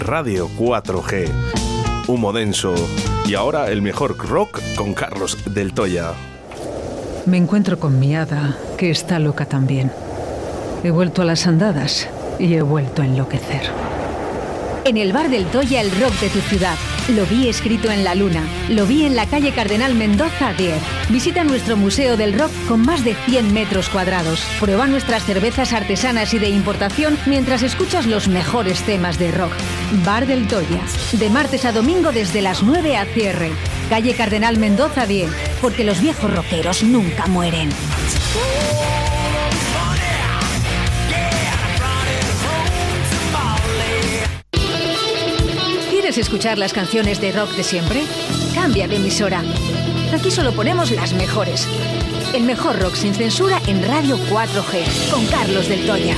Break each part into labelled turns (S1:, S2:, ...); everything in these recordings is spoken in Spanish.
S1: Radio 4G. Humo denso. Y ahora el mejor rock con Carlos del Toya.
S2: Me encuentro con mi hada, que está loca también. He vuelto a las andadas y he vuelto a enloquecer.
S3: En el bar del Toya, el rock de tu ciudad. Lo vi escrito en la luna. Lo vi en la calle Cardenal Mendoza 10. Visita nuestro Museo del Rock con más de 100 metros cuadrados. Prueba nuestras cervezas artesanas y de importación mientras escuchas los mejores temas de rock. Bar del Toya. De martes a domingo desde las 9 a cierre. Calle Cardenal Mendoza 10. Porque los viejos rockeros nunca mueren. ¿Quieres escuchar las canciones de rock de siempre? Cambia de emisora. Aquí solo ponemos las mejores. El mejor rock sin censura en Radio 4G, con Carlos del Toya.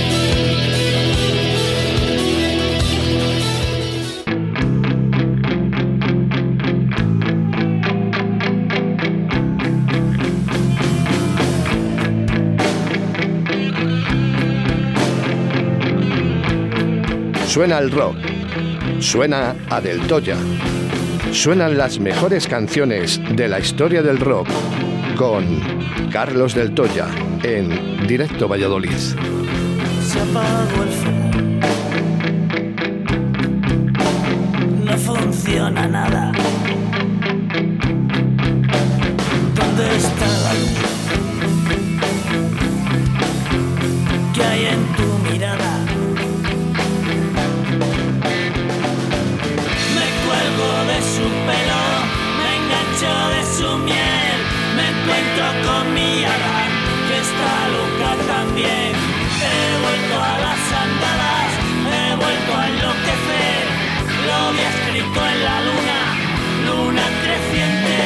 S4: Suena el rock. Suena a Del Toya. Suenan las mejores canciones de la historia del rock con Carlos del Toya en Directo Valladolid.
S5: Se apagó el fuego. No funciona nada. ¿Dónde está la luz? ¿Qué hay en tu mirada? De su pelo, me engancho de su miel, me encuentro con mi hada, que está loca también. He vuelto a las andadas, he vuelto a enloquecer, lo vi escrito en la luna, luna creciente.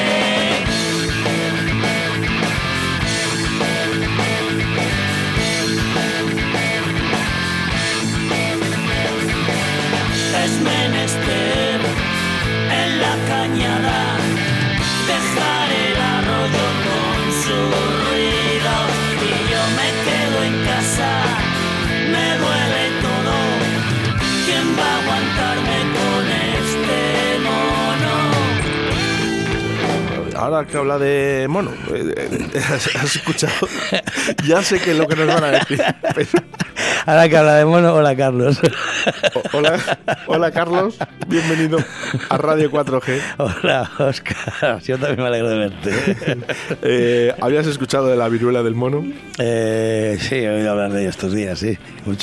S5: Es menester en la cañada, dejar el arroyo con su ruido, y yo me quedo en casa, me duele todo. ¿Quién va a aguantarme con este mono?
S1: Ahora que habla de mono, ¿has escuchado? Ya sé que es lo que nos van a decir, pero...
S6: Ahora que habla de mono, hola Carlos.
S1: Hola Carlos, bienvenido a Radio 4G.
S6: Hola Óscar, yo también me alegro de verte.
S1: ¿Habías escuchado de la viruela del mono?
S6: Sí, he oído hablar de ello estos días, sí.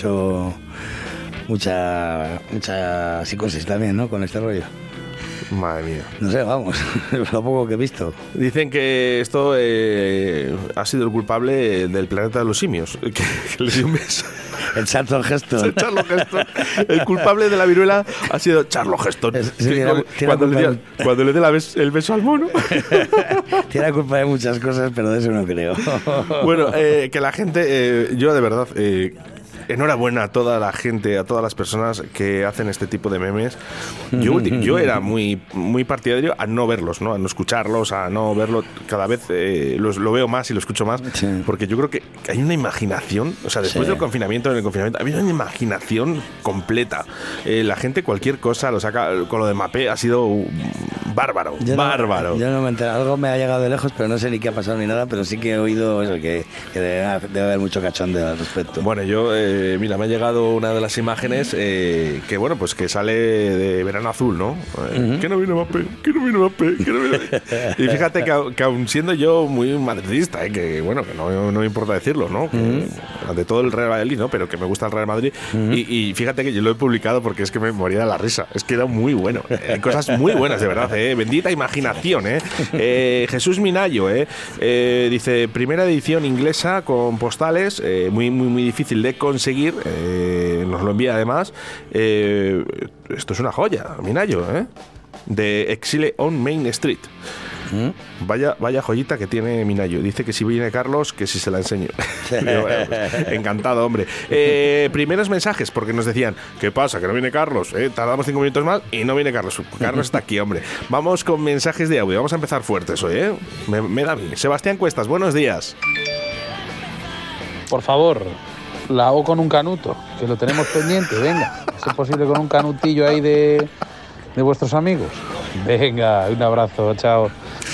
S6: Mucha psicosis también, ¿no? Con este rollo.
S1: Madre mía.
S6: No sé, vamos, lo poco que he visto.
S1: Dicen que esto ha sido el culpable del planeta de los simios, que le dio un beso.
S6: El Charlton Heston.
S1: El culpable de la viruela ha sido Charlton Heston. Cuando le dé el beso al mono.
S6: Tiene la culpa de muchas cosas, pero de eso no creo.
S1: Bueno, que la gente, yo de verdad... enhorabuena a toda la gente, a todas las personas que hacen este tipo de memes. Yo era muy, muy partidario a no verlos, ¿no? A no escucharlos, a no verlo. Cada vez lo veo más y lo escucho más, sí. Porque yo creo que hay una imaginación, o sea, después del confinamiento, en el confinamiento, había una imaginación completa. La gente cualquier cosa lo saca, con lo de Mapé ha sido bárbaro, bárbaro.
S6: Yo no me entero, algo me ha llegado de lejos, pero no sé ni qué ha pasado ni nada, pero sí que he oído eso, que debe haber mucho cachondeo al respecto.
S1: Bueno, yo... mira, me ha llegado una de las imágenes que, bueno, pues que sale de Verano Azul, ¿no? Que no vino Mbappé, que no vino Mbappé, que no vino... Y fíjate que aun siendo yo muy madridista, que bueno, que no me importa decirlo, ¿no? Que, de todo el Real Madrid, ¿no? Pero que me gusta el Real Madrid. Y fíjate que yo lo he publicado porque es que me moría de la risa. Es que era muy bueno. Hay cosas muy buenas, de verdad, ¿eh? Bendita imaginación, ¿eh? Jesús Minayo, dice, primera edición inglesa con postales, muy, muy, muy difícil de conseguir. Nos lo envía además. Esto es una joya, Minayo, de Exile on Main Street. Vaya joyita que tiene Minayo. Dice que si viene Carlos, que si se la enseño. Digo, bueno, pues, encantado, hombre. Primeros mensajes, porque nos decían, ¿qué pasa? Que no viene Carlos. Tardamos 5 minutos más y no viene Carlos. Carlos está aquí, hombre. Vamos con mensajes de audio. Vamos a empezar fuertes hoy, Me da a mí. Sebastián Cuestas, buenos días.
S7: Por favor, la O con un canuto, que lo tenemos pendiente, venga. ¿Es posible con un canutillo ahí de vuestros amigos? Venga, un abrazo, chao.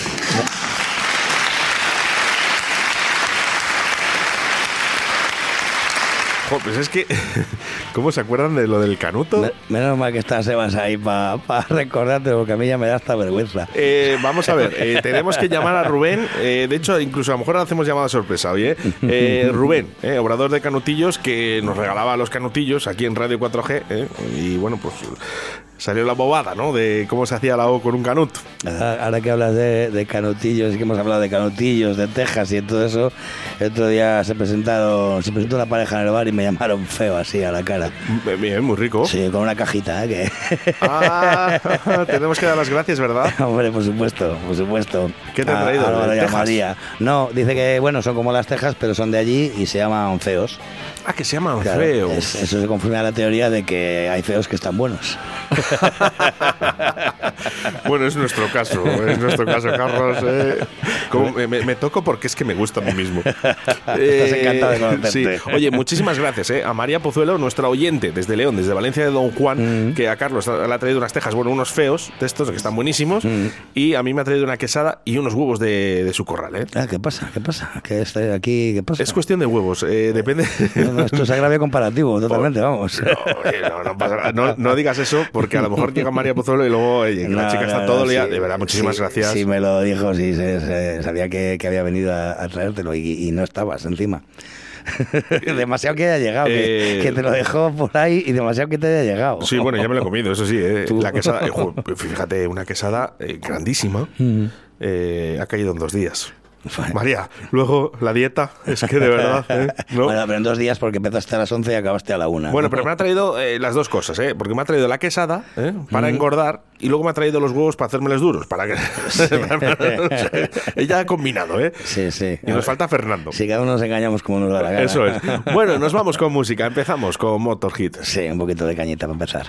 S1: Pues es que, ¿cómo se acuerdan de lo del canuto?
S6: Menos mal que está Sebas ahí para recordarte, porque a mí ya me da hasta vergüenza.
S1: Vamos a ver, tenemos que llamar a Rubén. De hecho, incluso a lo mejor hacemos llamada sorpresa hoy, Rubén, obrador de canutillos, que nos regalaba los canutillos aquí en Radio 4G. Y bueno, pues salió la bobada, ¿no? De cómo se hacía la O con un canuto.
S6: Ahora que hablas de canutillos, y que hemos hablado de canutillos, de Texas y todo eso, el otro día se presentó una pareja en el bar y me llamaron feo así a la cara.
S1: Bien, muy rico.
S6: Sí, con una cajita, que...
S1: Tenemos que dar las gracias, ¿verdad?
S6: Hombre, por supuesto.
S1: ¿Qué te han traído?
S6: ¿De María. No, dice que, bueno, son como las Texas, pero son de allí y se llaman feos.
S1: Ah, que se llaman feos.
S6: Eso se confirma la teoría de que hay feos que están buenos.
S1: Bueno, es nuestro caso, Carlos. Me toco porque es que me gusta a mí mismo.
S6: Estás encantado de conocerte.
S1: Sí. Oye, muchísimas gracias a María Pozuelo, nuestra oyente desde León, desde Valencia de Don Juan, que a Carlos le ha traído unas Texas, bueno, unos feos de estos que están buenísimos, y a mí me ha traído una quesada y unos huevos de su corral, ¿eh?
S6: ¿Qué pasa? ¿Qué estoy aquí? ¿Qué pasa?
S1: Es cuestión de huevos, depende...
S6: No, esto es agravio comparativo, totalmente, vamos.
S1: No pasa nada. No digas eso, porque a lo mejor llega María Pozuelo y luego la chica está todo el día. De verdad, muchísimas gracias.
S6: Sí, me lo dijo, sí, sabía que había venido a traértelo y no estabas encima. Demasiado que haya llegado, que te lo dejó por ahí y demasiado que te haya llegado.
S1: Sí, bueno, ya me lo he comido, eso sí. La quesada, fíjate, una quesada grandísima, ha caído en 2 días. María, luego la dieta, es que de verdad, ¿no?
S6: Bueno, pero en 2 días porque empezaste a las 11 y acabaste a la 1.
S1: Bueno, pero me ha traído las dos cosas, porque me ha traído la quesada para engordar y luego me ha traído los huevos para hacérmeles duros, para que... Ella ha combinado,
S6: Sí.
S1: Y nos falta Fernando.
S6: Sí, cada uno nos engañamos como nos da la gana.
S1: Eso es. Bueno, nos vamos con música, empezamos con Motorhead.
S6: Sí, un poquito de cañita para empezar.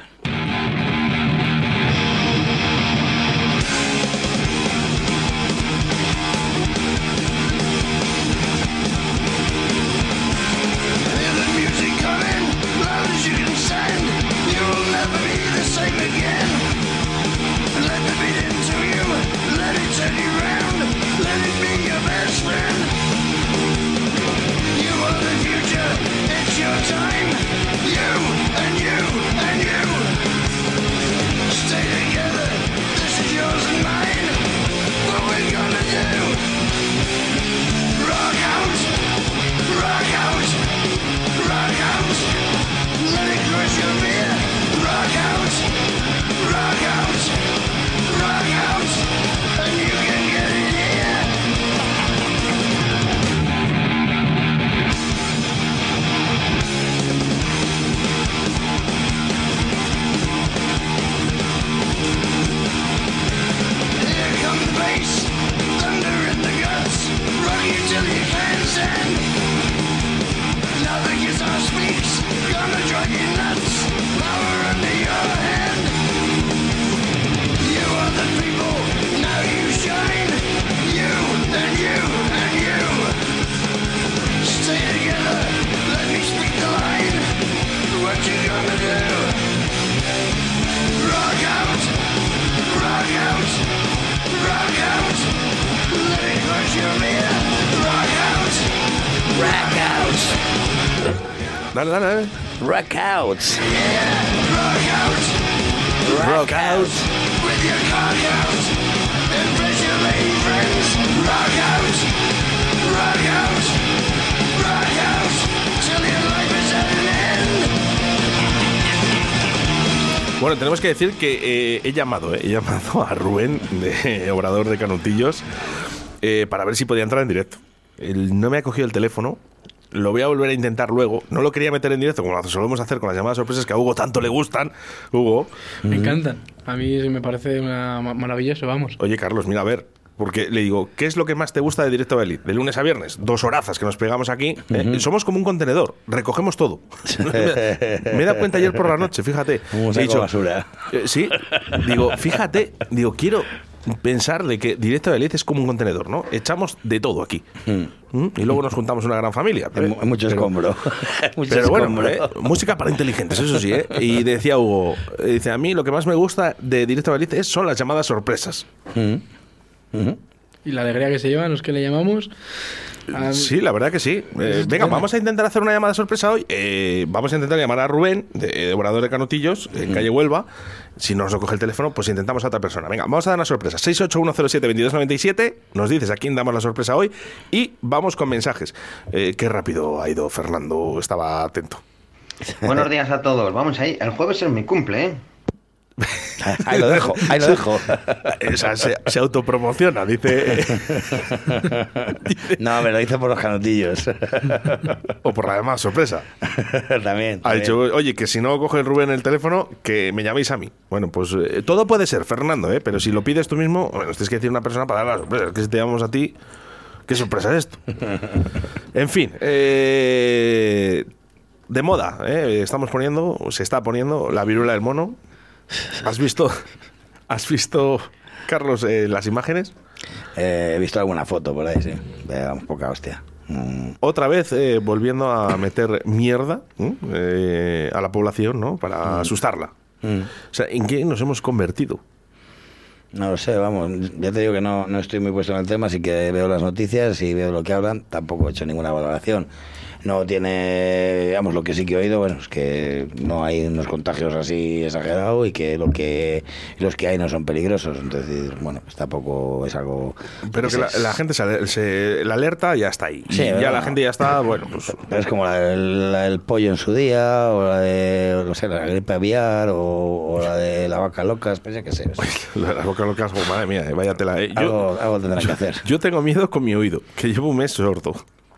S1: Dale.
S6: Rock out.
S1: Rock out.
S5: With your cock out. Embrace your lady friends. Rock out. Rock out. Rock out. Till your life is at an end.
S1: Bueno, tenemos que decir que he llamado a Rubén, de Obrador de Canutillos, para ver si podía entrar en directo. Él no me ha cogido el teléfono. Lo voy a volver a intentar luego. No lo quería meter en directo, como lo solemos hacer con las llamadas sorpresas que a Hugo tanto le gustan. Hugo.
S8: Me encantan. A mí me parece maravilloso, vamos.
S1: Oye, Carlos, mira, a ver. Porque le digo, ¿qué es lo que más te gusta de Directo Valladolid? De lunes a viernes, 2 horazas que nos pegamos aquí. Somos como un contenedor, recogemos todo. Me he dado cuenta ayer por la noche, fíjate.
S6: Un saco de basura.
S1: Sí, digo, fíjate, quiero pensar de que Directo Valladolid es como un contenedor, ¿no? Echamos de todo aquí. Y luego nos juntamos una gran familia.
S6: Hay mucho escombro.
S1: Pero bueno, música para inteligentes, eso sí, ¿eh? Y decía Hugo, dice, a mí lo que más me gusta de Directo Valladolid son las llamadas sorpresas.
S8: Y la alegría que se llevan los que le llamamos.
S1: Sí, la verdad que sí. Venga, vamos a intentar hacer una llamada sorpresa hoy. Vamos a intentar llamar a Rubén, de Obrador de Canutillos, en calle Huelva. Si no nos lo coge el teléfono, pues intentamos a otra persona. Venga, vamos a dar una sorpresa. 681072297. Nos dices a quién damos la sorpresa hoy. Y vamos con mensajes. Qué rápido ha ido Fernando, estaba atento.
S9: Buenos días a todos. Vamos ahí. El jueves es mi cumple, ¿eh?
S6: Ahí lo dejo.
S1: Se autopromociona, dice.
S6: No, me lo dice por los canutillos.
S1: O por la llamada sorpresa.
S6: También.
S1: Ha dicho, oye, que si no coge el Rubén el teléfono, que me llaméis a mí. Bueno, pues todo puede ser, Fernando, pero si lo pides tú mismo, bueno, tienes que decir una persona para dar la sorpresa. Es que si te llamamos a ti, ¿qué sorpresa es esto? En fin, de moda, se está poniendo la viruela del mono. ¿Has visto, Carlos, las imágenes?
S6: He visto alguna foto por ahí, sí. Veamos, poca hostia.
S1: Otra vez volviendo a meter mierda a la población, ¿no? Para asustarla. O sea, ¿en qué nos hemos convertido?
S6: No lo sé, vamos, ya te digo que no estoy muy puesto en el tema, así que veo las noticias y veo lo que hablan, tampoco he hecho ninguna valoración. No tiene, digamos, lo que sí que he oído, bueno, es que no hay unos contagios así exagerados y que los que hay no son peligrosos, entonces, bueno, pues tampoco es algo...
S1: Pero que la gente la alerta ya está ahí,
S6: sí,
S1: ya la gente ya está, bueno, pues...
S6: Es como el pollo en su día, o la de, no sé, la gripe aviar, o la de la vaca locas, pues ya que sé.
S1: La de las vacas locas, oh, madre mía, vaya tela.
S6: Algo tendrán que hacer.
S1: Yo tengo miedo con mi oído, que llevo un mes sordo.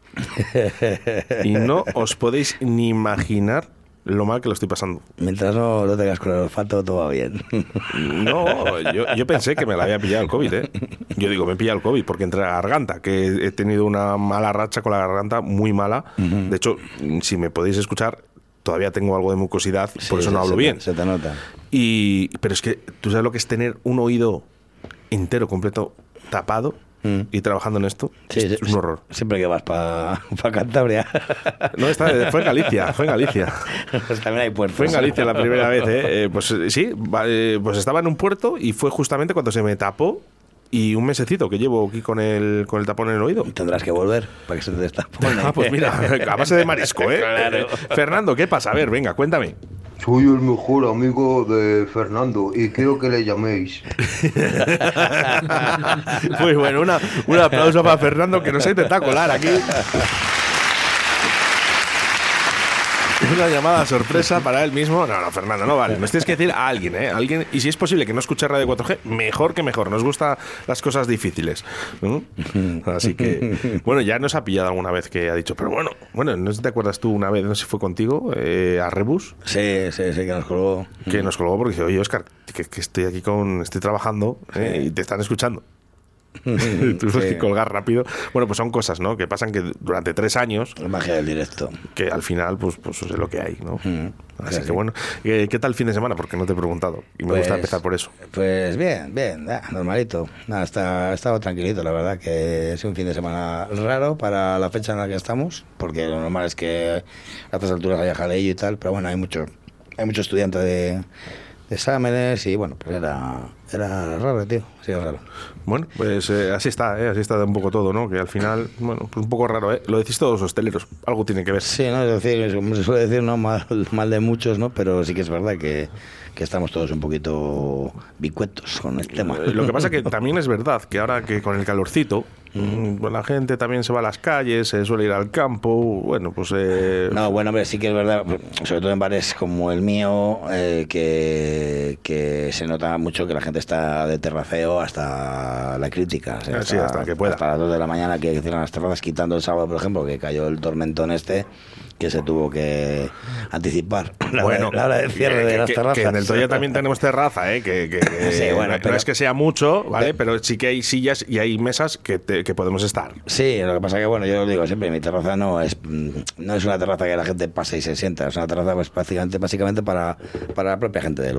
S1: Y no os podéis ni imaginar lo mal que lo estoy pasando.
S6: Mientras no lo tengas con el olfato, todo va bien.
S1: No, yo pensé que me la había pillado el COVID, Yo digo, me he pillado el COVID porque entre la garganta, que he tenido una mala racha con la garganta, muy mala. De hecho, si me podéis escuchar, todavía tengo algo de mucosidad, sí, por eso no hablo bien.
S6: Se te nota.
S1: Pero es que, ¿tú sabes lo que es tener un oído entero, completo, tapado? Y trabajando en esto,
S6: sí,
S1: es un horror.
S6: Siempre que vas para Cantabria.
S1: No, fue en Galicia.
S6: Pues también hay puertos.
S1: Fue en Galicia la primera vez, Pues sí, pues estaba en un puerto y fue justamente cuando se me tapó. Y un mesecito que llevo aquí con el tapón en el oído.
S6: Tendrás que volver para que se te destapone.
S1: Pues mira, a base de marisco, Claro. Fernando, ¿qué pasa? A ver, venga, cuéntame.
S10: Soy el mejor amigo de Fernando y quiero que le llaméis.
S1: Muy bueno, un aplauso para Fernando, que nos ha intentado colar aquí. Una llamada sorpresa para él mismo. No, Fernando, no vale. Nos tienes que decir a alguien, Alguien, y si es posible que no escuche Radio 4G, mejor que mejor. Nos gustan las cosas difíciles. Así que, bueno, ya nos ha pillado alguna vez que ha dicho, pero bueno, no sé si te acuerdas tú una vez, no sé si fue contigo, a Rebus.
S6: Sí, que nos colgó.
S1: Que nos colgó porque dice, oye, Óscar, que estoy aquí estoy trabajando y te están escuchando. Tuvimos que colgar rápido. Bueno, pues son cosas, ¿no? Que pasan que durante 3 años.
S6: La magia del directo.
S1: Que al final, pues es lo que hay, ¿no? Así que bueno. ¿Qué tal el fin de semana? Porque no te he preguntado. Y me gusta empezar por eso.
S6: Pues bien, normalito. Nada, ha estado tranquilito, la verdad. Que es un fin de semana raro para la fecha en la que estamos. Porque lo normal es que a estas alturas haya jaleo y tal. Pero bueno, hay mucho estudiante de exámenes y bueno, pues era raro, tío, sí, era raro.
S1: Bueno, pues así está un poco todo, ¿no? Que al final, bueno, pues un poco raro, Lo decís todos los hosteleros, algo tiene que ver.
S6: Sí, no, es decir, como se suele decir, no mal de muchos, ¿no? Pero sí que es verdad que estamos todos un poquito bicuetos con el tema.
S1: Lo que pasa que también es verdad que ahora que con el calorcito, la gente también se va a las calles, se suele ir al campo, bueno, pues...
S6: No, bueno, hombre, sí que es verdad, sobre todo en bares como el mío, que se nota mucho que la gente está de terraceo hasta la crítica. O sea,
S1: hasta que pueda.
S6: Hasta las 2 de la mañana que cierran las terrazas, quitando el sábado, por ejemplo, que cayó el tormentón que se tuvo que anticipar la hora de cierre de las terrazas.
S1: Que en el Toya también tenemos terraza,
S6: sí, bueno,
S1: no es que sea mucho, ¿vale? Pero sí que hay sillas y hay mesas que podemos estar.
S6: Sí, lo que pasa que, bueno, yo lo digo siempre, mi terraza no es una terraza que la gente pase y se sienta, es una terraza pues básicamente para la propia gente del bar.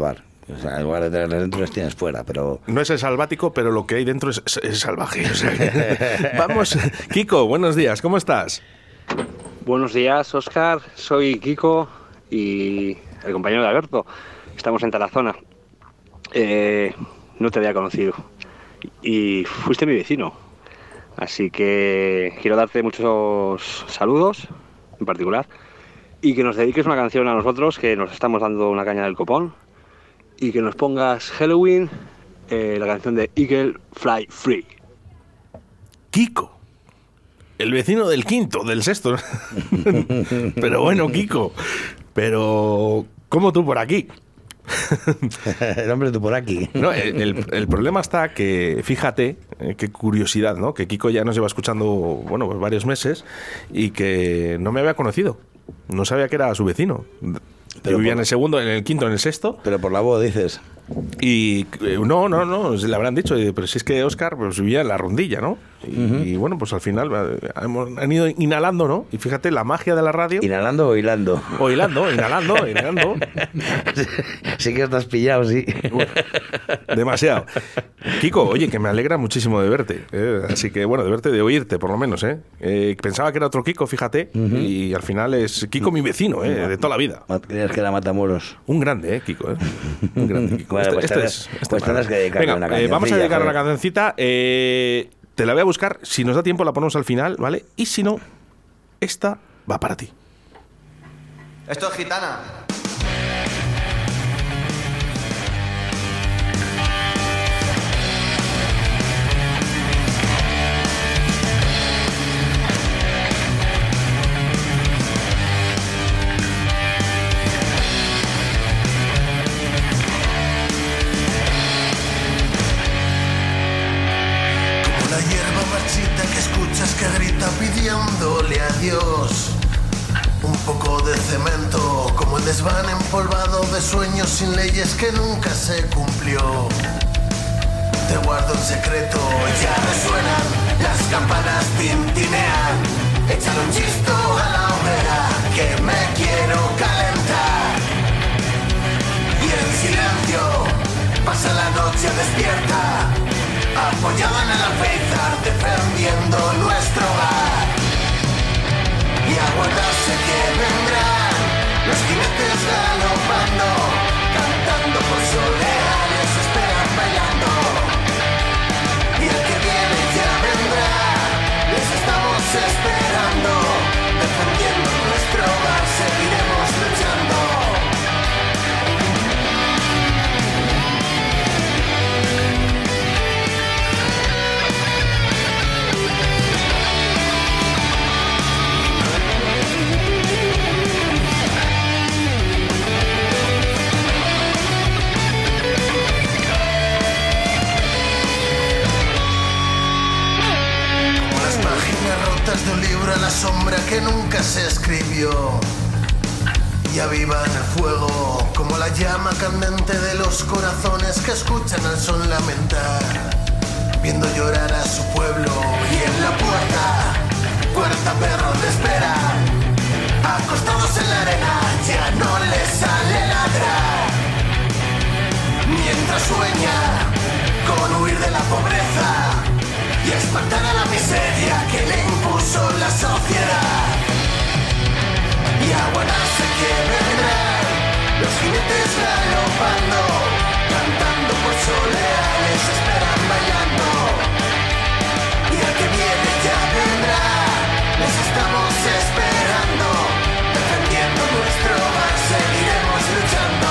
S6: O sea, en lugar de tenerles dentro, les tienes fuera, pero...
S1: No es el salvático, pero lo que hay dentro es salvaje. O sea, vamos, Kiko, buenos días, ¿cómo estás?
S11: Buenos días, Óscar. Soy Kiko y el compañero de Alberto. Estamos en Tarazona. No te había conocido y fuiste mi vecino. Así que quiero darte muchos saludos, en particular, y que nos dediques una canción a nosotros, que nos estamos dando una caña del copón, y que nos pongas Halloween, la canción de Eagle Fly Free.
S1: Kiko, el vecino del quinto, del sexto. Pero bueno, Kiko, pero ¿cómo tú por aquí?
S6: El hombre tú por aquí.
S1: No, el problema está que, fíjate, qué curiosidad, ¿no? Que Kiko ya nos lleva escuchando, bueno, pues varios meses y que no me había conocido. No sabía que era su vecino. Pero vivía en el segundo, en el quinto, en el sexto.
S6: Pero por la voz, dices.
S1: Y no, le habrán dicho, pero si es que Óscar pues, vivía en la Rondilla, ¿no? Y bueno, pues al final han ido inhalando, ¿no? Y fíjate, la magia de la radio.
S6: ¿Inhalando o hilando?
S1: O hilando, inhalando.
S6: Sí que estás pillado, sí.
S1: Bueno, demasiado. Kiko, oye, que me alegra muchísimo de verte. Así que, bueno, de verte, de oírte, por lo menos, pensaba que era otro Kiko, fíjate, y al final es Kiko mi vecino, de toda la vida.
S6: Creías que era Matamoros.
S1: Un grande, Kiko, Un grande, Kiko.
S6: Bueno, pues tienes que dedicarle una cancioncita.
S1: Vamos a dedicar una cancioncita. Te la voy a buscar. Si nos da tiempo la ponemos al final, ¿vale? Y si no, esta va para ti.
S12: Esto es Gitana.
S13: Que escuchas que grita pidiéndole a Dios un poco de cemento, como el desván empolvado de sueños sin leyes que nunca se cumplió. Te guardo en secreto, ya resuenan, las campanas tintinean. Échale un chisto a la hoguera que me quiero calentar. Y en silencio pasa la noche despierta, apoyado en el alféizar, defendiendo nuestro hogar. Y aguardarse que vendrán los jinetes galopando, cantando por soleares, esperan bailando. Y el que viene ya vendrá, les estamos esperando, defendiendo nuestro hogar, seguiremos luchando. De un libro a la sombra que nunca se escribió, y avivan el fuego como la llama candente de los corazones que escuchan al sol lamentar, viendo llorar a su pueblo. Y en la puerta perros le esperan, acostados en la arena, ya no les sale ladrar, mientras sueña con huir de la pobreza y espantar a la miseria que le impuso la sociedad. Y aguardarse que vendrán los jinetes galopando, cantando por soleares, esperan bailando. Y el que viene ya vendrá, les estamos esperando, defendiendo nuestro hogar, seguiremos luchando.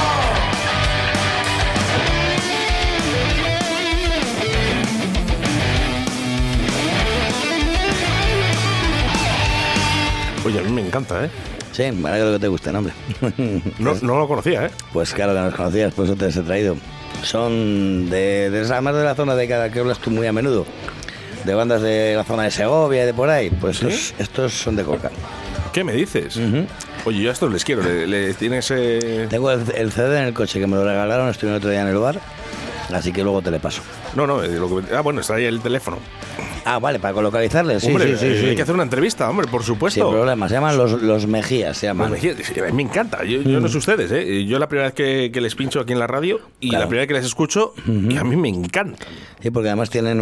S1: Oye, a mí me encanta, ¿eh?
S6: Sí, me alegro que te guste, hombre.
S1: No lo conocía, ¿eh?
S6: Pues claro que no los conocías, por eso te los he traído. Son además de la zona de que hablas tú muy a menudo, de bandas de la zona de Segovia y de por ahí, pues ¿sí? estos son de Coca.
S1: ¿Qué me dices? Oye, yo a estos les quiero. ¿Le tienes...?
S6: Tengo el CD en el coche que me lo regalaron, estuve el otro día en el bar. Así que luego te le paso.
S1: No, bueno, está ahí el teléfono.
S6: Ah, vale, para localizarle. Sí,
S1: hombre,
S6: sí.
S1: Hay que hacer una entrevista, hombre, por supuesto.
S6: Sin problema, se llaman los Mejías, se llaman.
S1: Los Mejías, me encanta. Yo no sé ustedes, ¿eh? Yo la primera vez que les pincho aquí en la radio y la primera vez que les escucho, y a mí me encanta.
S6: Sí, porque además tienen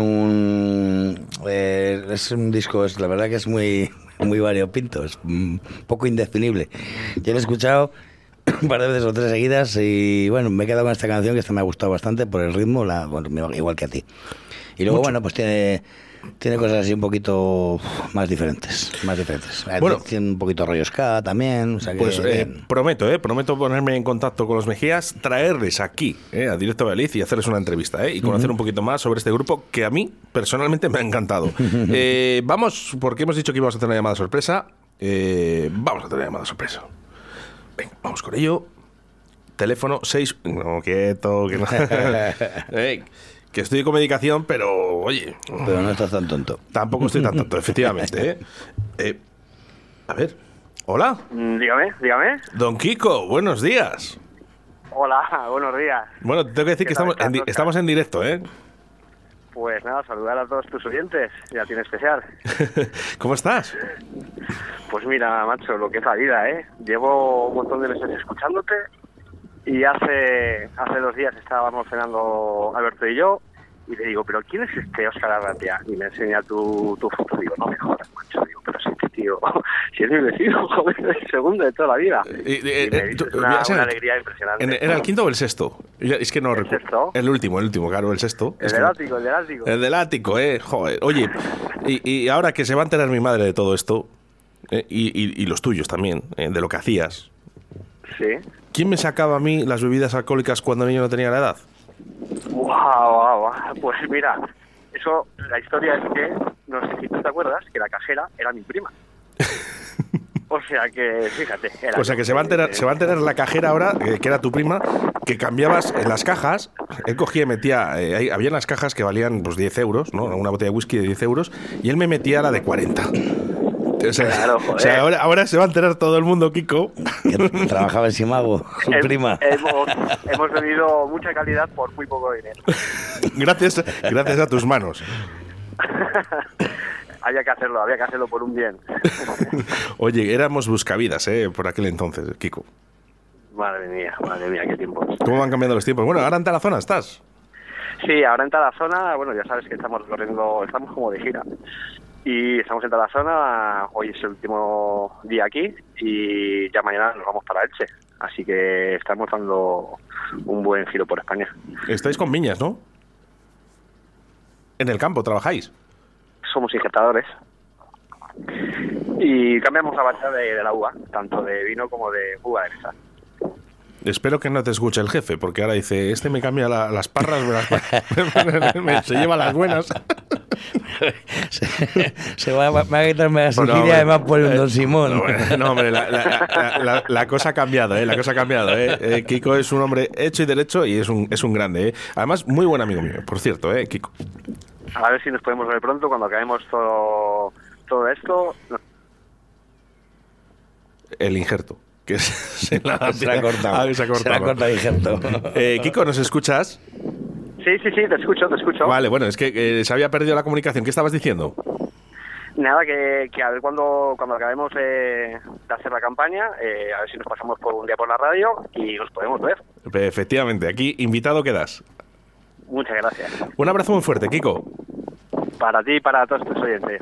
S6: es un disco, la verdad que es muy variopinto, es un poco indefinible. Yo lo he escuchado un par de veces o 3 seguidas y bueno, me he quedado con esta canción que esta me ha gustado bastante por el ritmo, igual que a ti. Y luego, bueno, pues tiene cosas así un poquito más diferentes. Bueno, tiene un poquito rollo ska también. O sea que,
S1: pues prometo ponerme en contacto con los Mejías, traerles aquí a Directo Valladolid y hacerles una entrevista y conocer un poquito más sobre este grupo que a mí personalmente me ha encantado. Vamos, porque hemos dicho que íbamos a hacer una llamada sorpresa. Vamos a hacer una llamada sorpresa. Venga, vamos con ello. Teléfono 6... No, quieto, que no... Que estoy con medicación, pero oye...
S6: Pero no estás tan tonto.
S1: Tampoco estoy tan tonto, efectivamente. A ver, hola.
S14: Dígame.
S1: Don Kiko, buenos días.
S14: Hola, buenos días.
S1: Bueno, tengo que decir que estamos en directo, ¿eh?
S14: Pues nada, saludar a todos tus oyentes, y a ti en especial.
S1: ¿Cómo estás?
S14: Pues mira, macho, lo que es la vida, ¿eh? Llevo un montón de meses escuchándote. Y hace 2 días estábamos cenando Alberto y yo, y le digo, ¿pero quién es este Óscar Arratia? Y me enseña tu foto, digo, no me jodas, macho, digo, pero si este tío, si es mi vecino, joder, el segundo de toda la vida. Y me dices una alegría impresionante.
S1: ¿Era el quinto o el sexto? Es que no recuerdo.
S14: ¿Sexto?
S1: El último, claro, el sexto.
S14: El del ático.
S1: El del ático, joder. Oye, y ahora que se va a enterar mi madre de todo esto, y los tuyos también, de lo que hacías.
S14: Sí.
S1: ¿Quién me sacaba a mí las bebidas alcohólicas cuando el niño no tenía la edad?
S14: Wow. Pues mira, la historia es que, no sé si tú te acuerdas, que la cajera era mi prima. O sea que, fíjate.
S1: O sea que se va a enterar la cajera ahora, que era tu prima, que cambiabas en las cajas. Él cogía y metía, había unas cajas que valían pues 10 euros, ¿no? Una botella de whisky de 10 euros, y él me metía la de 40. O sea, ahora se va a enterar todo el mundo, Kiko.
S6: Que trabajaba en Simago, su prima.
S14: Hemos bebido mucha calidad por muy poco dinero.
S1: Gracias a tus manos.
S14: Había que hacerlo por un bien.
S1: Oye, éramos buscavidas, por aquel entonces, Kiko.
S14: Madre mía, qué tiempos.
S1: ¿Cómo van cambiando los tiempos? Bueno, ahora en Tarazona estás.
S14: Sí, ahora en Tarazona, bueno, ya sabes que estamos como de gira. Y estamos en Tarazona, hoy es el último día aquí y ya mañana nos vamos para Elche. Así que estamos dando un buen giro por España.
S1: Estáis con viñas, ¿no? En el campo, ¿trabajáis?
S14: Somos injertadores. Y cambiamos la variedad de la uva, tanto de vino como de uva de mesa.
S1: Espero que no te escuche el jefe, porque ahora dice, me cambia las parras, se lleva las buenas.
S6: Va a quitarme la sicilia, además por un Don Simón.
S1: No, hombre, la cosa ha cambiado, la cosa ha cambiado, Kiko es un hombre hecho y derecho y es un grande, Además, muy buen amigo mío, por cierto, Kiko.
S14: A ver si nos podemos ver pronto cuando acabemos todo esto.
S1: El injerto. Que se la
S6: ha cortado.
S1: Se ha cortado
S6: el injerto.
S1: Kiko, ¿nos escuchas?
S14: Sí, te escucho.
S1: Vale, bueno, es que se había perdido la comunicación. ¿Qué estabas diciendo?
S14: Nada, que a ver cuando acabemos de hacer la campaña, a ver si nos pasamos por un día por la radio y nos podemos ver.
S1: Efectivamente, aquí invitado quedas.
S14: Muchas gracias.
S1: Un abrazo muy fuerte, Kiko.
S14: Para ti y para todos tus oyentes.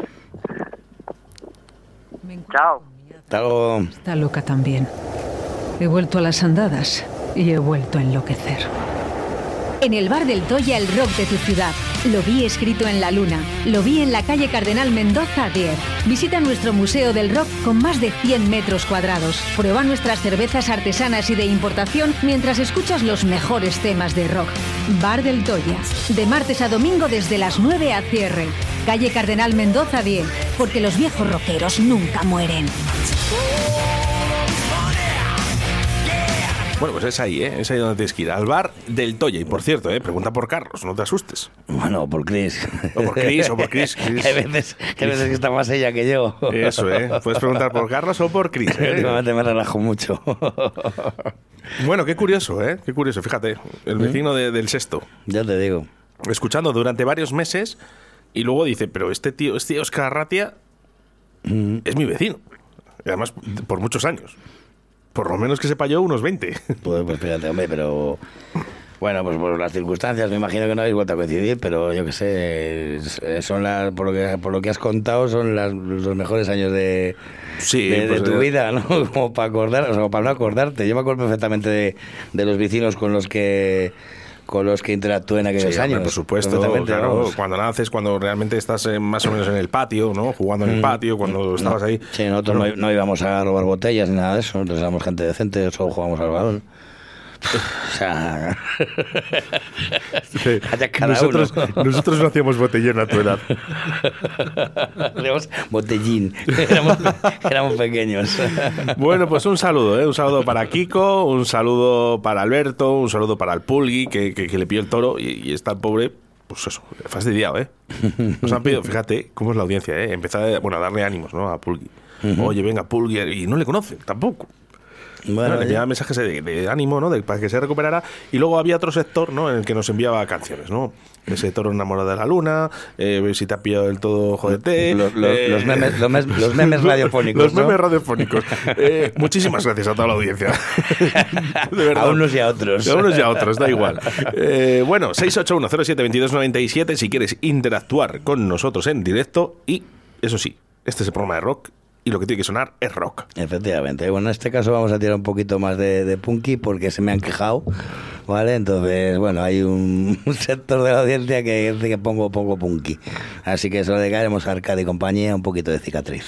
S14: Chao.
S2: Está loca también. He vuelto a las andadas y he vuelto a enloquecer.
S3: En el bar del Toya, el rock de tu ciudad. Lo vi escrito en la luna. Lo vi en la calle Cardenal Mendoza 10. Visita nuestro Museo del Rock con más de 100 metros cuadrados. Prueba nuestras cervezas artesanas y de importación mientras escuchas los mejores temas de rock. Bar del Toya. De martes a domingo desde las 9 a cierre. Calle Cardenal Mendoza 10. Porque los viejos rockeros nunca mueren.
S1: Bueno, pues es ahí donde tienes que ir, al bar del Toya. Y por cierto, pregunta por Carlos, no te asustes.
S6: Bueno, por Chris.
S1: O por Chris.
S6: Hay veces que está más ella que yo.
S1: Eso, puedes preguntar por Carlos o por Chris.
S6: Últimamente me relajo mucho.
S1: Bueno, qué curioso, qué curioso. Fíjate, el vecino del sexto.
S6: Ya te digo.
S1: Escuchando durante varios meses y luego dice, pero este Óscar Arratia es mi vecino. Y además, por muchos años. Por lo menos que sepa yo, unos 20.
S6: Pues fíjate, hombre, pero... Bueno, pues por las circunstancias, me imagino que no habéis vuelto a coincidir, pero yo qué sé, son por lo que has contado, son los mejores años de tu vida, ¿no? Como para no acordarte. Yo me acuerdo perfectamente de los vecinos con los que interactúe en aquellos años.
S1: Por supuesto, claro, vamos. Cuando naces, cuando realmente estás más o menos en el patio, ¿no? Jugando en el patio, cuando estabas ahí.
S6: Sí, nosotros no íbamos a robar botellas ni nada de eso, nosotros éramos gente decente, solo jugábamos al balón. O sea,
S1: nosotros no hacíamos botellón a tu edad.
S6: Hacíamos botellín. Éramos pequeños.
S1: Bueno, pues un saludo para Kiko, un saludo para Alberto, un saludo para el Pulgui, que le pilló el toro y está el pobre, pues eso, fastidiado, Nos han pedido, fíjate cómo es la audiencia, empezar a darle ánimos, ¿no? A Pulgui. Oye, venga, Pulgui, y no le conoce tampoco. Bueno, le enviaba mensajes de ánimo, ¿no? Para que se recuperara. Y luego había otro sector, ¿no? En el que nos enviaba canciones, ¿no? Ese toro enamorado de la luna, si te ha pillado del todo, jódete.
S6: Los memes radiofónicos.
S1: Los memes radiofónicos. Muchísimas gracias a toda la audiencia. De verdad.
S6: A unos y a otros.
S1: A unos y a otros, da igual. Bueno, 681072297 si quieres interactuar con nosotros en directo. Y, eso sí, este es el programa de rock. Y lo que tiene que sonar es rock.
S6: Efectivamente. Bueno, en este caso vamos a tirar un poquito más de punky porque se me han quejado, ¿vale? Entonces, bueno, hay un sector de la audiencia que dice que pongo punky. Así que solo dedicaremos a Arcade y compañía un poquito de Cicatriz.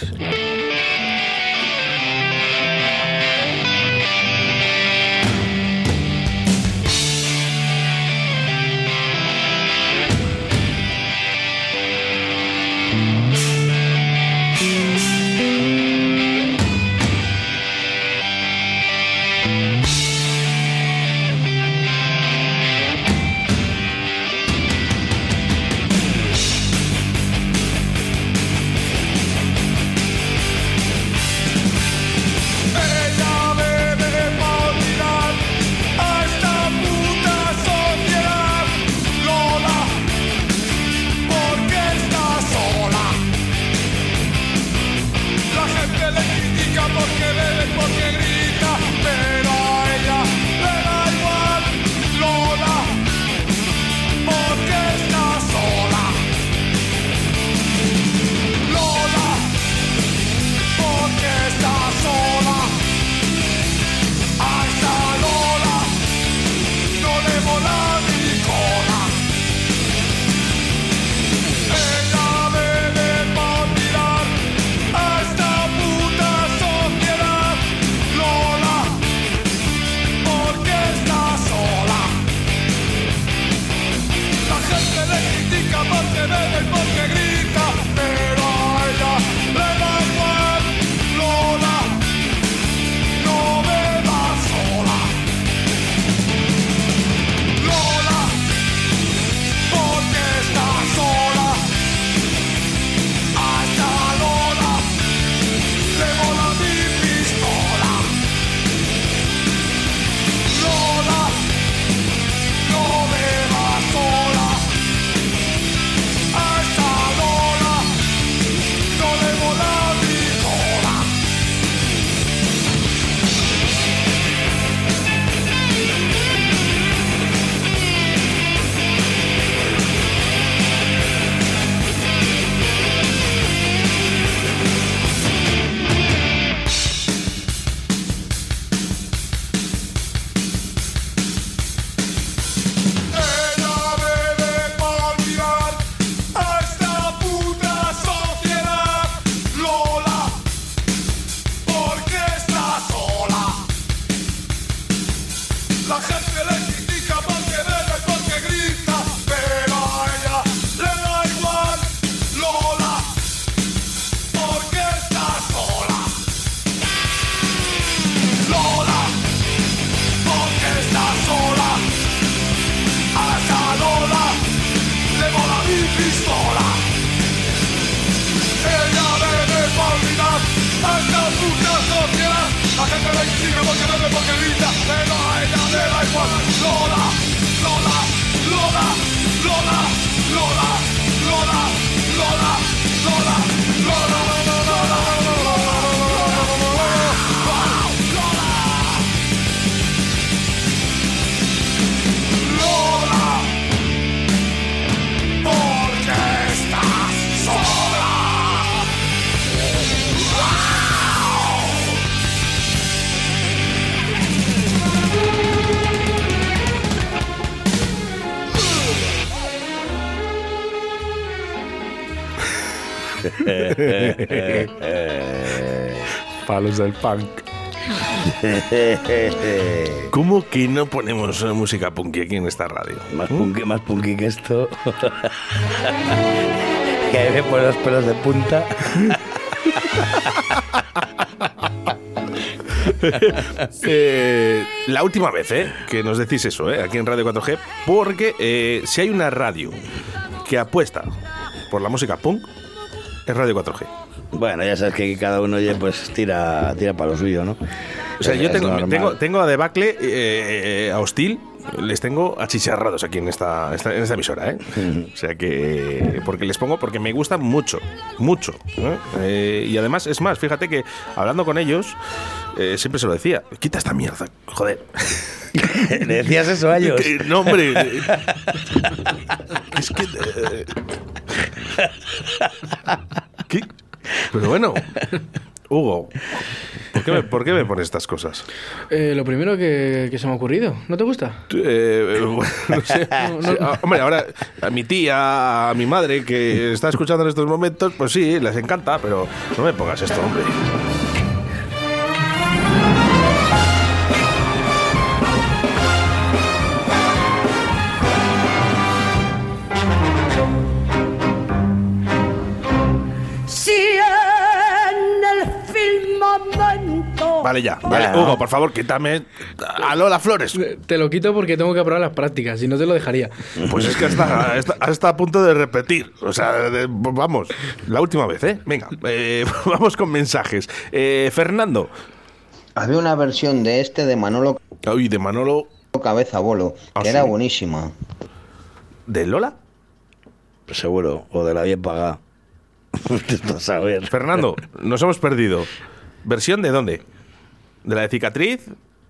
S1: Palos del punk. ¿Cómo que no ponemos música punky aquí en esta radio?
S6: Más punky que esto. Que ahí me ponen los pelos de punta.
S1: La última vez que nos decís eso aquí en Radio 4G, porque si hay una radio que apuesta por la música punk, es Radio 4G.
S6: Bueno, ya sabes que cada uno pues tira para lo suyo, ¿no?
S1: O sea, yo tengo a Debacle, a Hostil, les tengo achicharrados aquí en esta emisora, O sea que... Porque me gustan mucho, y además, es más, fíjate que hablando con ellos, siempre se lo decía, quita esta mierda, joder.
S6: ¿Le decías eso a ellos?
S1: No, hombre. Es que... ¿Qué? Pero bueno, Hugo, ¿por qué me pones estas cosas?
S8: Lo primero que se me ha ocurrido. ¿No te gusta?
S1: Bueno, no sé. Hombre, ahora a mi tía, a mi madre, que está escuchando en estos momentos, pues sí, les encanta, pero no me pongas esto, hombre. Vale, ya. Vale, Hugo, por favor, quítame a Lola Flores.
S8: Te lo quito porque tengo que aprobar las prácticas, si no te lo dejaría.
S1: Pues es que está a punto de repetir. O sea, vamos, la última vez, Venga, vamos con mensajes. Fernando.
S9: Había una versión de Manolo.
S1: Uy, de Manolo.
S9: Cabeza Bolo, que era buenísima.
S1: ¿De Lola?
S6: Pues seguro, o de la bien pagada. A saber.
S1: Fernando, nos hemos perdido. ¿Versión de dónde? ¿De la de Cicatriz?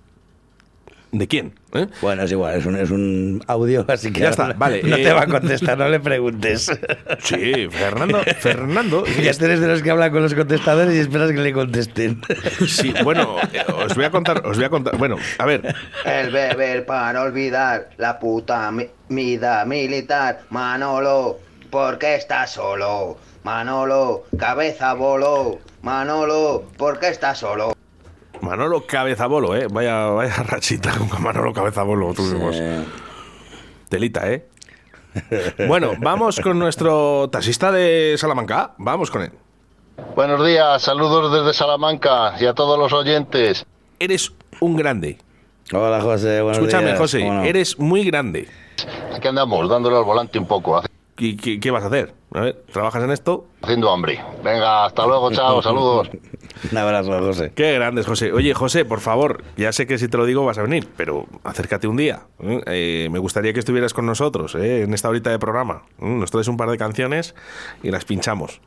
S1: ¿De quién?
S6: Bueno, es igual, es un audio, así que
S1: ya está, vale.
S6: No te va a contestar, no le preguntes.
S1: Sí, Fernando.
S6: Ya eres de los que hablan con los contestadores y esperas que le contesten.
S1: Sí, bueno, os voy a contar. Bueno, a ver.
S9: El beber para olvidar la puta vida militar. Manolo, ¿por qué estás solo? Manolo, cabeza bolo. Manolo, ¿por qué estás solo?
S1: Manolo Cabezabolo, vaya rachita con Manolo Cabezabolo tuvimos. Sí. Telita, Bueno, vamos con nuestro taxista de Salamanca. Vamos con él.
S15: Buenos días, saludos desde Salamanca y a todos los oyentes.
S1: Eres un grande.
S6: Hola, José, buenos
S1: días. Escúchame, José,
S6: bueno.
S1: Eres muy grande.
S15: Aquí andamos, dándole al volante un poco.
S1: ¿Y qué vas a hacer? A ver, ¿trabajas en esto?
S15: Haciendo hambre. Venga, hasta luego, chao, saludos.
S6: Un abrazo, José.
S1: Qué grande es, José. Oye, José, por favor, ya sé que si te lo digo vas a venir, pero acércate un día. Me gustaría que estuvieras con nosotros en esta horita de programa. Nos traes un par de canciones y las pinchamos.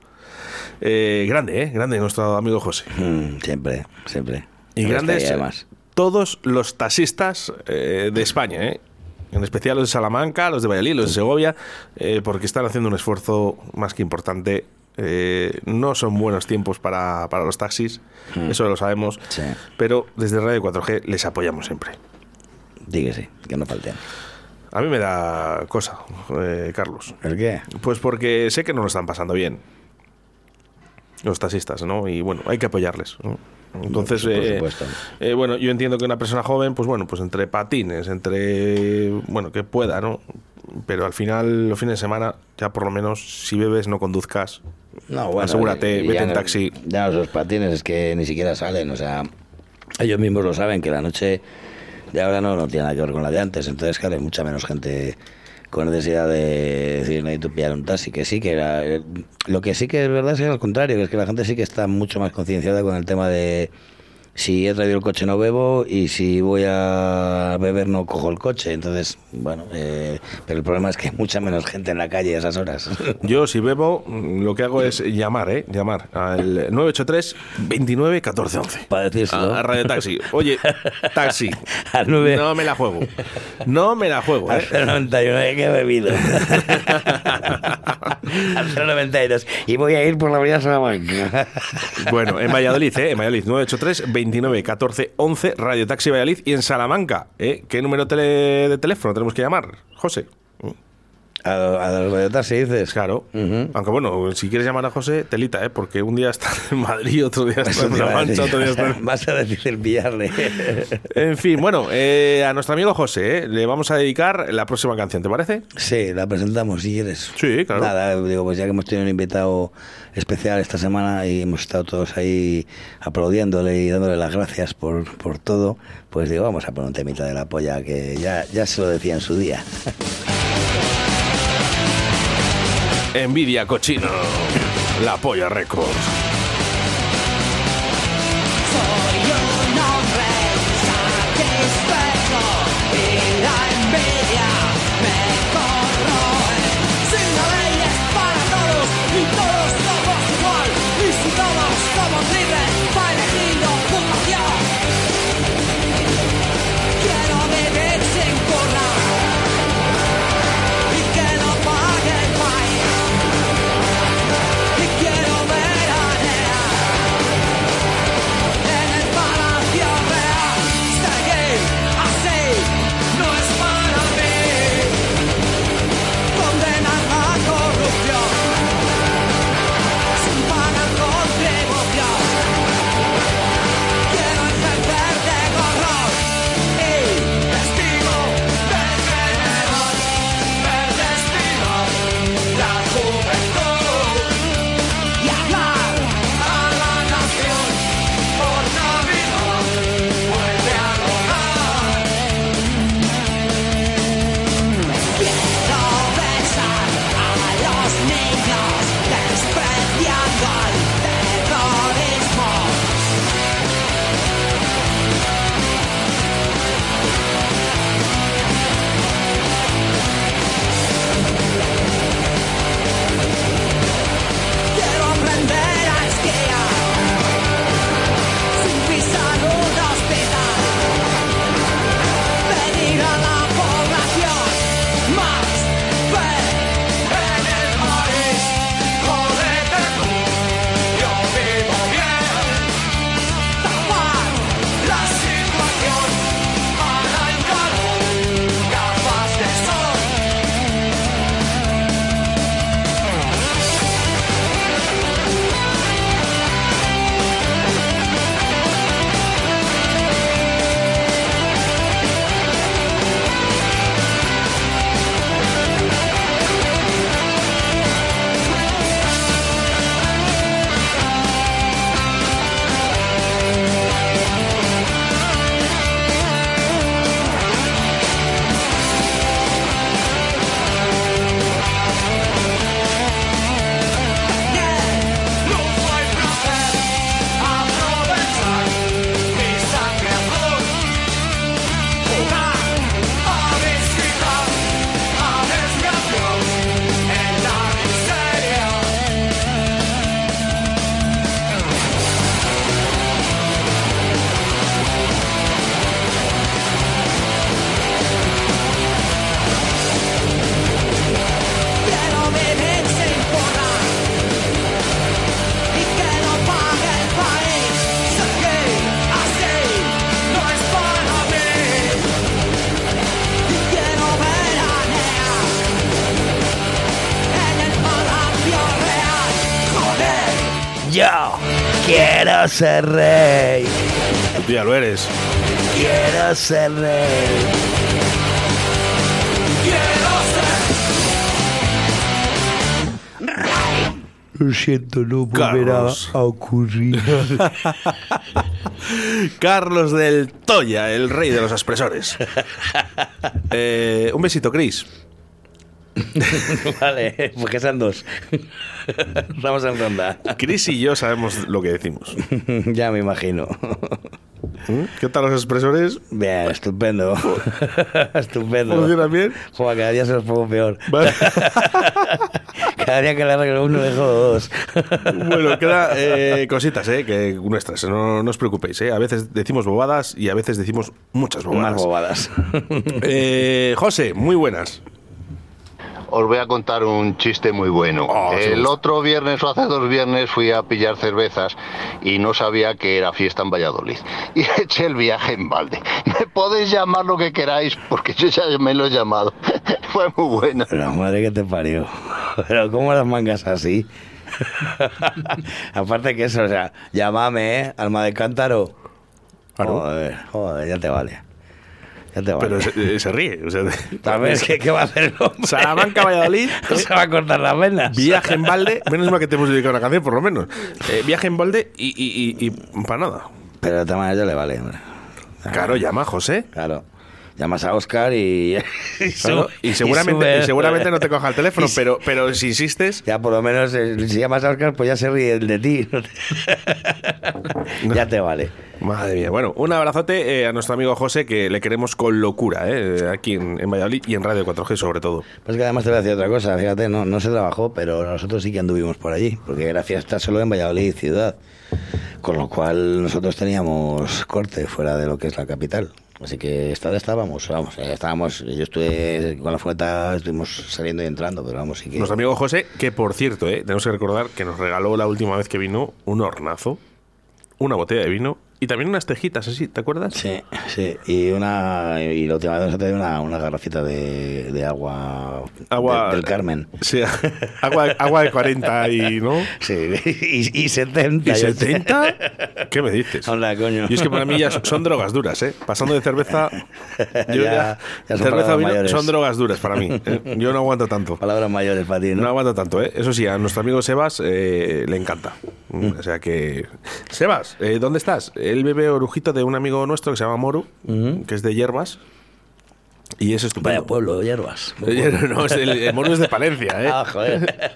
S1: Grande nuestro amigo José.
S6: Siempre.
S1: Y grandes además todos los taxistas de España, en especial los de Salamanca, los de Valladolid, los de Segovia, porque están haciendo un esfuerzo más que importante. No son buenos tiempos para los taxis, eso lo sabemos,
S6: sí.
S1: Pero desde Radio 4G les apoyamos siempre.
S6: Dígase, que no falten.
S1: A mí me da cosa, Carlos.
S6: ¿El qué?
S1: Pues porque sé que no lo están pasando bien los taxistas, ¿no? Y bueno, hay que apoyarles, ¿no? Entonces,
S6: por supuesto.
S1: Bueno, yo entiendo que una persona joven, pues bueno, pues entre patines, que pueda, ¿no? Pero al final, los fines de semana, ya por lo menos, si bebes, no conduzcas.
S6: No, bueno,
S1: asegúrate, vete en taxi.
S6: Ya esos patines es que ni siquiera salen, o sea, ellos mismos lo saben, que la noche de ahora no tiene nada que ver con la de antes, entonces, claro, hay mucha menos gente con necesidad de decir, necesito pillar un taxi, que sí, que era... Lo que sí que es verdad es que al contrario, que es que la gente sí que está mucho más concienciada con el tema de si he traído el coche no bebo y si voy a beber no cojo el coche. Entonces, bueno, pero el problema es que hay mucha menos gente en la calle a esas horas.
S1: Yo, si bebo, lo que hago es llamar al 983 29 14 11.
S6: Para decírselo.
S1: A Radio Taxi. Oye, taxi.
S6: Al 9.
S1: No me la juego. No me la juego,
S6: Al 091, que he bebido. Al 092. Y voy a ir por la avenida Salamanca.
S1: Bueno, en Valladolid, en Valladolid, 983 29 14 11, Radio Taxi Valladolid. Y en Salamanca, ¿qué número de teléfono tenemos que llamar, José?
S6: A los radiotaxi dices.
S1: Claro. Aunque bueno, si quieres llamar a José, telita, porque un día está en Madrid, otro día está en La Mancha, otro día está en...
S6: Vas a difícil pillarle.
S1: En fin, bueno, a nuestro amigo José le vamos a dedicar la próxima canción, ¿te parece?
S6: Sí, la presentamos si quieres.
S1: Sí, claro.
S6: Nada, digo, pues ya que hemos tenido un invitado especial esta semana y hemos estado todos ahí aplaudiéndole y dándole las gracias por todo, pues digo, vamos a poner un temita de la polla que ya se lo decía en su día.
S1: Envidia cochino, La Polla Records.
S5: Soy un hombre satisfecho y la envidia me corroe. Si la ley es para todos y todos somos igual, y si todos somos libres para elegir ocupación, quiero vivir sin currar y que no pague el país. Quiero veranear en el Palacio Real. Seguir así no es para mí. Condenar la corrupción sin pagar contribución. Quiero ejercer de gorrón y testigo del general. El destino, la juventud. Y hablar a la nación por Navidad vuelve a rodar. Quiero besar a los niños despreciando el terrorismo. Quiero aprender a esquiar sin pisar un hospital. Pedir a la población más fe en el país. Jódete tú, yo vivo bien. Tapar la situación para el calor, gafas de sol. No fue placer aprovechar mi sangre azul, jugar a visitar a desgraciados en la miseria. Quiero vivir sin currar y que no pague el país. Seguir así no es para mí. Y quiero veranear en el Palacio Real. Joder.
S6: Yo quiero ser rey.
S1: Tú ya lo eres.
S6: Quiero ser rey.
S5: Quiero ser.
S6: Lo siento, no volverá
S1: Carlos.
S6: a ocurrir.
S1: Carlos del Toya, el rey de los expresores. Un besito, Chris.
S6: Vale, pues que sean 2. Estamos en ronda.
S1: Chris y yo sabemos lo que decimos.
S6: Ya me imagino.
S1: ¿Qué tal los expresores?
S6: Bien, estupendo. Estupendo.
S1: ¿Funcionan bien?
S6: Joder, cada día se los pongo peor. Vale. Cada día que le arreglo uno, dejo 2.
S1: Bueno, queda cositas, que nuestras, no os preocupéis. A veces decimos bobadas y a veces decimos muchas bobadas.
S6: Más bobadas.
S1: José, muy buenas.
S15: Os voy a contar un chiste muy bueno. El otro viernes o hace 2 viernes fui a pillar cervezas y no sabía que era fiesta en Valladolid. Y eché el viaje en balde. Me podéis llamar lo que queráis porque yo ya me lo he llamado. Fue muy bueno.
S6: La madre que te parió. Pero ¿cómo las mangas así? Aparte que eso, o sea, llámame, alma de cántaro.
S1: Claro.
S6: Joder, ya te vale. Ya te vale.
S1: Pero se ríe. O sea,
S6: también es que ¿qué va a hacer el hombre?
S1: Salamanca, Valladolid.
S6: Se va a cortar las venas.
S1: Viaje en balde. Menos mal que te hemos dedicado una canción, por lo menos. Viaje en balde y para nada.
S6: Pero de todas maneras ya le vale, hombre.
S1: Claro, llama, José.
S6: Claro. Llamas a Óscar y
S1: seguramente no te coja el teléfono, pero si insistes...
S6: Ya por lo menos, si llamas a Óscar, pues ya se ríe de ti. Ya te vale.
S1: Madre mía. Bueno, un abrazote a nuestro amigo José, que le queremos con locura, aquí en Valladolid y en Radio 4G sobre todo.
S6: Pues que además te voy a decir otra cosa, fíjate, no se trabajó, pero nosotros sí que anduvimos por allí, porque era fiesta solo en Valladolid ciudad, con lo cual nosotros teníamos corte fuera de lo que es la capital. Así que estábamos, yo estuve con la fueta, estuvimos saliendo y entrando, pero vamos, sí que...
S1: Nuestro amigo José, que por cierto, tenemos que recordar que nos regaló la última vez que vino un hornazo, una botella de vino y también unas tejitas así, ¿te acuerdas?
S6: Sí, y la última vez nos ha traído una garrafita de agua del Carmen.
S1: Sí, agua de 40 y, ¿no?
S6: Sí, y 70.
S1: ¿Y 70? ¿Qué me dices?
S6: Hola, coño.
S1: Y es que para mí ya son drogas duras, Pasando de cerveza... ya cerveza a vino mayores. Son drogas duras para mí. Yo no aguanto tanto.
S6: Palabras mayores para ti, ¿no?
S1: No aguanto tanto, Eso sí, a nuestro amigo Sebas le encanta. O sea que... Sebas, ¿dónde estás? Él bebe orujito de un amigo nuestro que se llama Moru, que es de Hierbas. Y es estupendo.
S6: Vaya pueblo, Hierbas.
S1: No, el Moru es de Palencia,
S6: Ah, joder.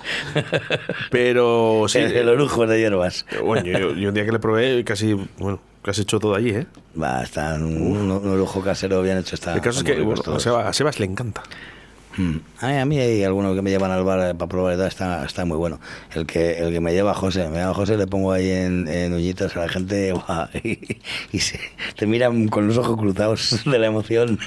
S1: Pero sí.
S6: El orujo de Hierbas.
S1: Bueno, yo un día que le probé, casi hecho todo allí,
S6: Va, está un orujo casero bien hecho. Está.
S1: El caso es que a Sebas le encanta.
S6: A mí hay algunos que me llevan al bar para probar, está muy bueno. El que me lleva a José, le pongo ahí en uñitas a la gente y te miran con los ojos cruzados de la emoción.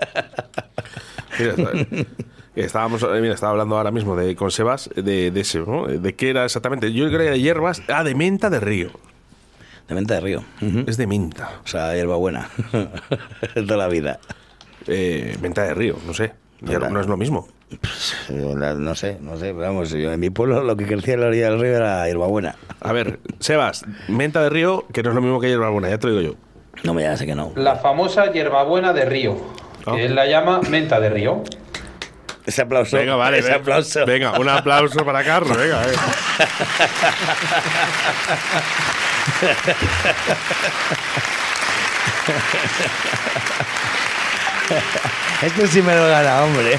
S1: Estaba hablando ahora mismo con Sebas de ese, ¿no? De qué era exactamente. Yo creo que era de hierbas, de menta de río.
S6: De menta de río.
S1: Es de menta.
S6: O sea, hierbabuena. Toda la vida.
S1: Menta de río, no sé. No es lo mismo.
S6: No sé, pero vamos, yo en mi pueblo lo que crecía en la orilla del río era hierbabuena.
S1: A ver, Sebas, menta de río, que no es lo mismo que hierbabuena, ya te lo digo yo.
S6: No me digas que no.
S7: La famosa hierbabuena de río, que él la llama menta de río.
S6: Ese aplauso.
S1: Venga, vale.
S6: Aplauso.
S1: Venga, un aplauso para Carlos, venga.
S6: Esto sí me lo gana, hombre.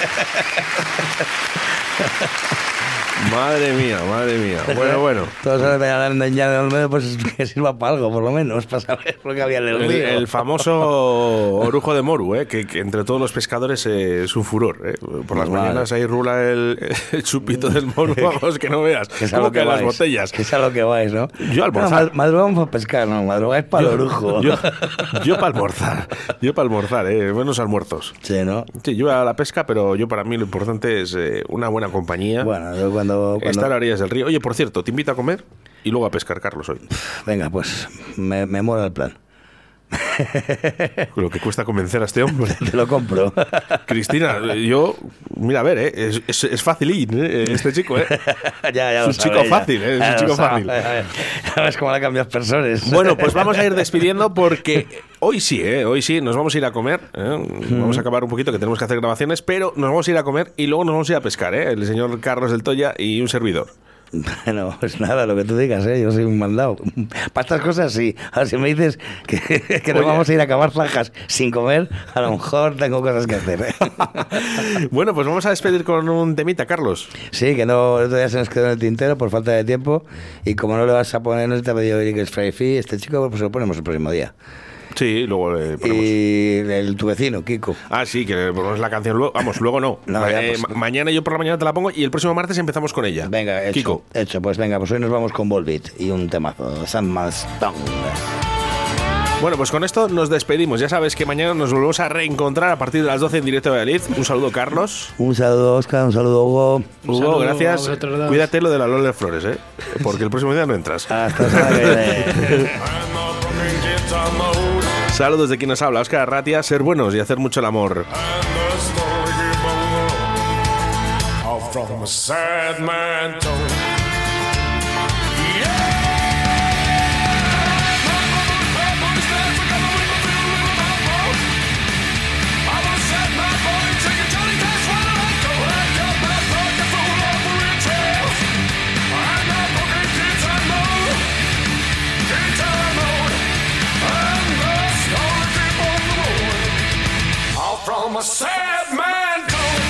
S1: Madre mía. Bueno.
S6: Todos se me han dañado en el medio, pues que sirva para algo, por lo menos, para saber lo que había en el río.
S1: El famoso orujo de Moru, que entre todos los pescadores es un furor. Por las mañanas ahí rula el chupito del Moru, vamos, que no veas.
S6: Que es a lo que
S1: las botellas.
S6: Que es a lo que vais, ¿no?
S1: Yo almorzar.
S6: Madrugamos para pescar, no, madrugar es para el orujo.
S1: Yo para almorzar. Buenos almuerzos.
S6: Sí, ¿no?
S1: Sí, yo a la pesca, pero para mí lo importante es una buena compañía.
S6: Bueno, yo cuando
S1: estar a orillas del río. Oye, por cierto, te invito a comer y luego a pescar, Carlos, hoy.
S6: Venga, pues me mola el plan.
S1: Lo que cuesta convencer a este hombre.
S6: Te lo compro.
S1: Cristina, mira, a ver, es facilín, este chico,
S6: ya
S1: es un chico fácil, es un chico fácil.
S6: ¿Sabes cómo la cambias personas?
S1: Bueno, pues vamos a ir despidiendo porque hoy sí, nos vamos a ir a comer. Vamos a acabar un poquito, que tenemos que hacer grabaciones, pero nos vamos a ir a comer y luego nos vamos a ir a pescar, el señor Carlos del Toya y un servidor.
S6: Bueno, pues nada, lo que tú digas, yo soy un mandado. Para estas cosas sí. Ahora si me dices que nos vamos a ir a acabar zanjas sin comer, a lo mejor tengo cosas que hacer.
S1: Bueno, pues vamos a despedir con un temita, Carlos.
S6: Sí, que no, el otro día se nos quedó en el tintero por falta de tiempo, y como no le vas a poner, no te ha pedido Eric Fry, este chico, pues lo ponemos el próximo día.
S1: Sí, luego le ponemos.
S6: Y tu vecino, Kiko.
S1: Ah, sí, que le ponemos la canción luego. Vamos, luego no. Mañana yo por la mañana te la pongo y el próximo martes empezamos con ella.
S6: Venga, hecho.
S1: Kiko.
S6: Hecho, pues venga, pues hoy nos vamos con Volbeat y un temazo, Sandman Stone.
S1: Bueno, pues con esto nos despedimos. Ya sabes que mañana nos volvemos a reencontrar a partir de las 12 en directo de Valladolid. Un saludo, Carlos.
S6: Un saludo, Óscar. Un saludo, Hugo.
S1: Hugo, gracias. Cuídate lo de la Lola Flores, porque el próximo día no entras.
S6: Hasta la semana que viene.
S1: Saludos de quien nos habla, Óscar Arratia. Ser buenos y hacer mucho el amor.
S5: From a sad man gone.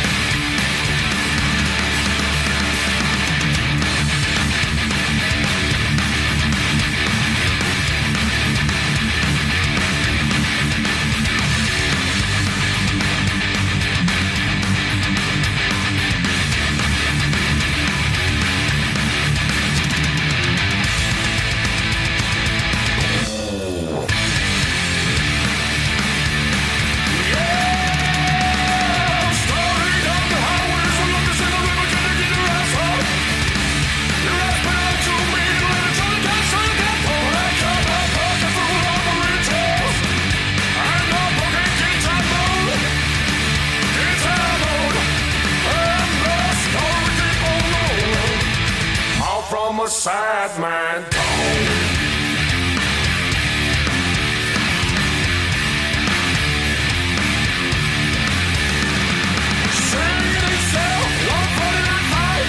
S5: A sad man gone. Singing himself, one foot in that fight.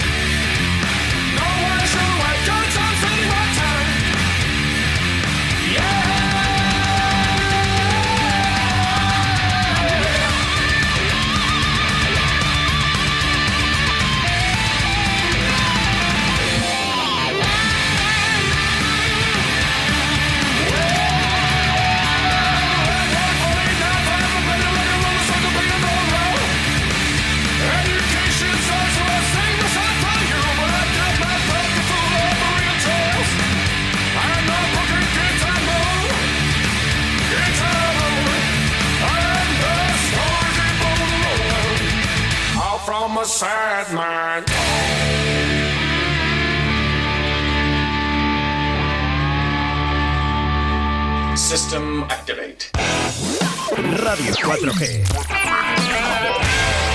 S5: No one should wait, good times any more time. Yeah. From a sad man.
S16: System activate. Radio 4G.